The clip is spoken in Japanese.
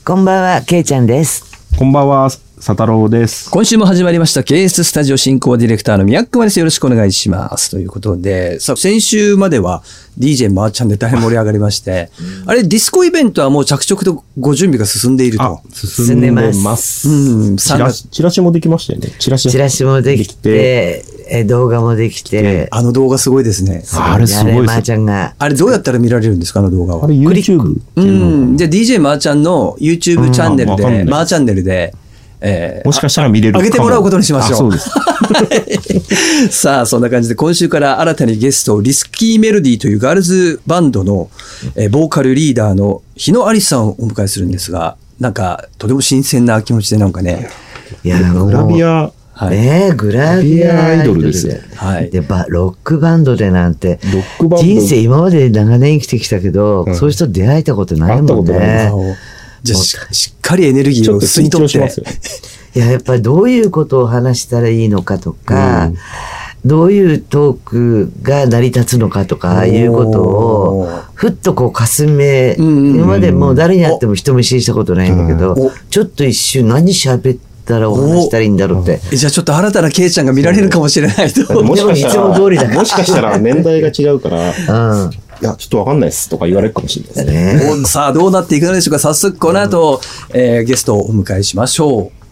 こんばんは、けいちゃんです。 こんばんは、佐太郎です。 今週も始まりました KS スタジオ進行ディレクターの宮久間です。よろしくお願いします。ということで、さあ先週までは DJ まーちゃんで大変盛り上がりまして、あれディスコイベントはもう着々とご準備が進んでいると。 進んでます。 チラシもできましたよね。チラシもできて、 動画もできて、 あの動画すごいですね。 あれすごいです。 まーちゃんがあれどうやったら見られるんですか、あの動画は。 あれ YouTube っていうの。 じゃあ DJ まーちゃんの YouTube チャンネルで、まーチャンネルで。 もしかしたら見れるかも。 上げてもらうことにしましょう。 そうです。 さあ、そんな感じで今週から新たにゲスト、リスキーメロディーというガールズバンドのボーカルリーダーの日野有さんをお迎えするんですが、なんかとても新鮮な気持ちでなんかね。 いや、 グラビア。 グラビアアイドルですね。 はい。 で、ロックバンドでなんて、人生今まで長年生きてきたけど、そういう人出会えたことないもんね。 じゃあしっかりエネルギーを吸い取って。 いや、やっぱりどういうことを話したらいいのかとか、どういうトークが成り立つのかとかいうことを、ふっとこうかすめ、今までもう誰に会っても人見知りしたことないんだけど、ちょっと一瞬何喋ったらお話したらいいんだろうって。 じゃあちょっと新たなケイちゃんが見られるかもしれないと。 もしかしたら、 もしかしたら年代が違うから、いや、ちょっとわかんないですとか言われるかもしれないですね。 さあ、どうなっていくのでしょうか。早速、この後、ゲストをお迎えしましょう。